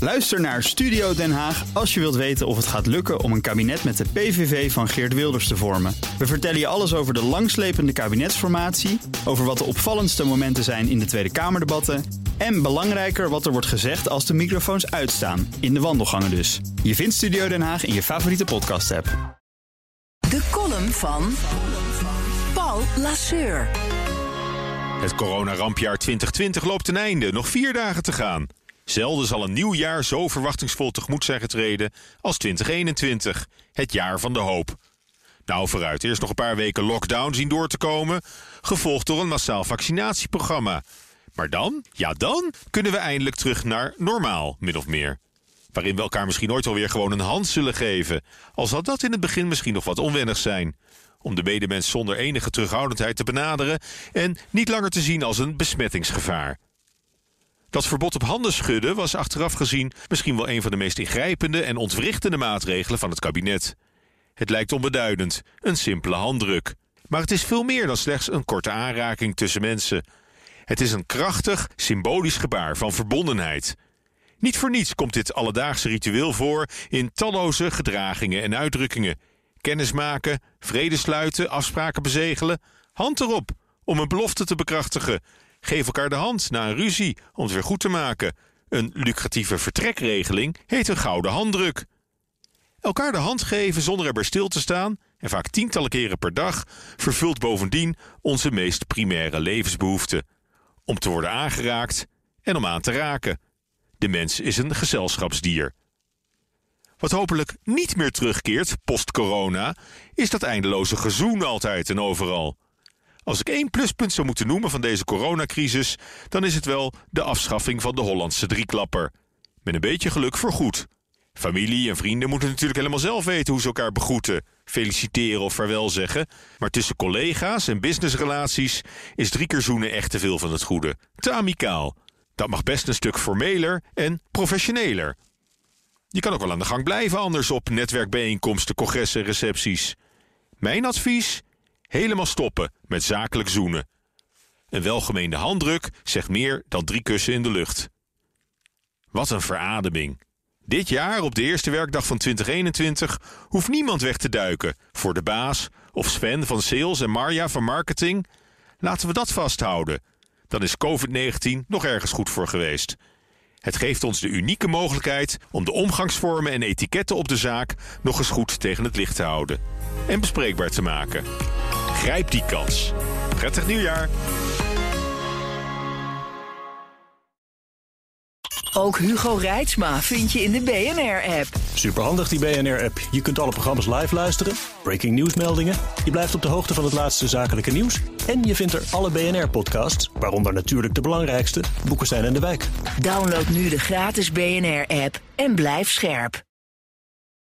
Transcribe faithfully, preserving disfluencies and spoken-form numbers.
Luister naar Studio Den Haag als je wilt weten of het gaat lukken om een kabinet met de P V V van Geert Wilders te vormen. We vertellen je alles over de langslepende kabinetsformatie, over wat de opvallendste momenten zijn in de Tweede Kamerdebatten en belangrijker wat er wordt gezegd als de microfoons uitstaan, in de wandelgangen dus. Je vindt Studio Den Haag in je favoriete podcast-app. De column van Paul Lasseur. Het coronarampjaar twintig twintig loopt ten einde, nog vier dagen te gaan. Zelden zal een nieuw jaar zo verwachtingsvol tegemoet zijn getreden als twintig eenentwintig, het jaar van de hoop. Nou, vooruit, eerst nog een paar weken lockdown zien door te komen, gevolgd door een massaal vaccinatieprogramma. Maar dan, ja dan, kunnen we eindelijk terug naar normaal, min of meer. Waarin we elkaar misschien ooit alweer gewoon een hand zullen geven, al zal dat in het begin misschien nog wat onwennig zijn. Om de medemens zonder enige terughoudendheid te benaderen en niet langer te zien als een besmettingsgevaar. Dat verbod op handen schudden was achteraf gezien misschien wel een van de meest ingrijpende en ontwrichtende maatregelen van het kabinet. Het lijkt onbeduidend, een simpele handdruk. Maar het is veel meer dan slechts een korte aanraking tussen mensen. Het is een krachtig, symbolisch gebaar van verbondenheid. Niet voor niets komt dit alledaagse ritueel voor in talloze gedragingen en uitdrukkingen. Kennismaken, vrede sluiten, afspraken bezegelen. Hand erop om een belofte te bekrachtigen. Geef elkaar de hand na een ruzie om het weer goed te maken. Een lucratieve vertrekregeling heet een gouden handdruk. Elkaar de hand geven zonder erbij stil te staan, en vaak tientallen keren per dag, vervult bovendien onze meest primaire levensbehoeften. Om te worden aangeraakt en om aan te raken. De mens is een gezelschapsdier. Wat hopelijk niet meer terugkeert post-corona, is dat eindeloze gezoen altijd en overal. Als ik één pluspunt zou moeten noemen van deze coronacrisis, dan is het wel de afschaffing van de Hollandse drieklapper. Met een beetje geluk voorgoed. Familie en vrienden moeten natuurlijk helemaal zelf weten hoe ze elkaar begroeten, feliciteren of vaarwel zeggen. Maar tussen collega's en businessrelaties is drie keer zoenen echt te veel van het goede. Te amicaal. Dat mag best een stuk formeler en professioneler. Je kan ook wel aan de gang blijven anders op netwerkbijeenkomsten, congressen en recepties. Mijn advies? Helemaal stoppen met zakelijk zoenen. Een welgemeende handdruk zegt meer dan drie kussen in de lucht. Wat een verademing. Dit jaar, op de eerste werkdag van twintig eenentwintig, hoeft niemand weg te duiken. Voor de baas, of Sven van sales en Marja van marketing. Laten we dat vasthouden. Dan is covid negentien nog ergens goed voor geweest. Het geeft ons de unieke mogelijkheid om de omgangsvormen en etiketten op de zaak nog eens goed tegen het licht te houden. En bespreekbaar te maken. Grijp die kans. Prettig nieuwjaar. Ook Hugo Reitsma vind je in de B N R-app. Superhandig die B N R-app. Je kunt alle programma's live luisteren, breaking nieuwsmeldingen. Je blijft op de hoogte van het laatste zakelijke nieuws. En je vindt er alle B N R-podcasts, waaronder natuurlijk de belangrijkste, Boekenstein en de Wijk. Download nu de gratis B N R-app en blijf scherp.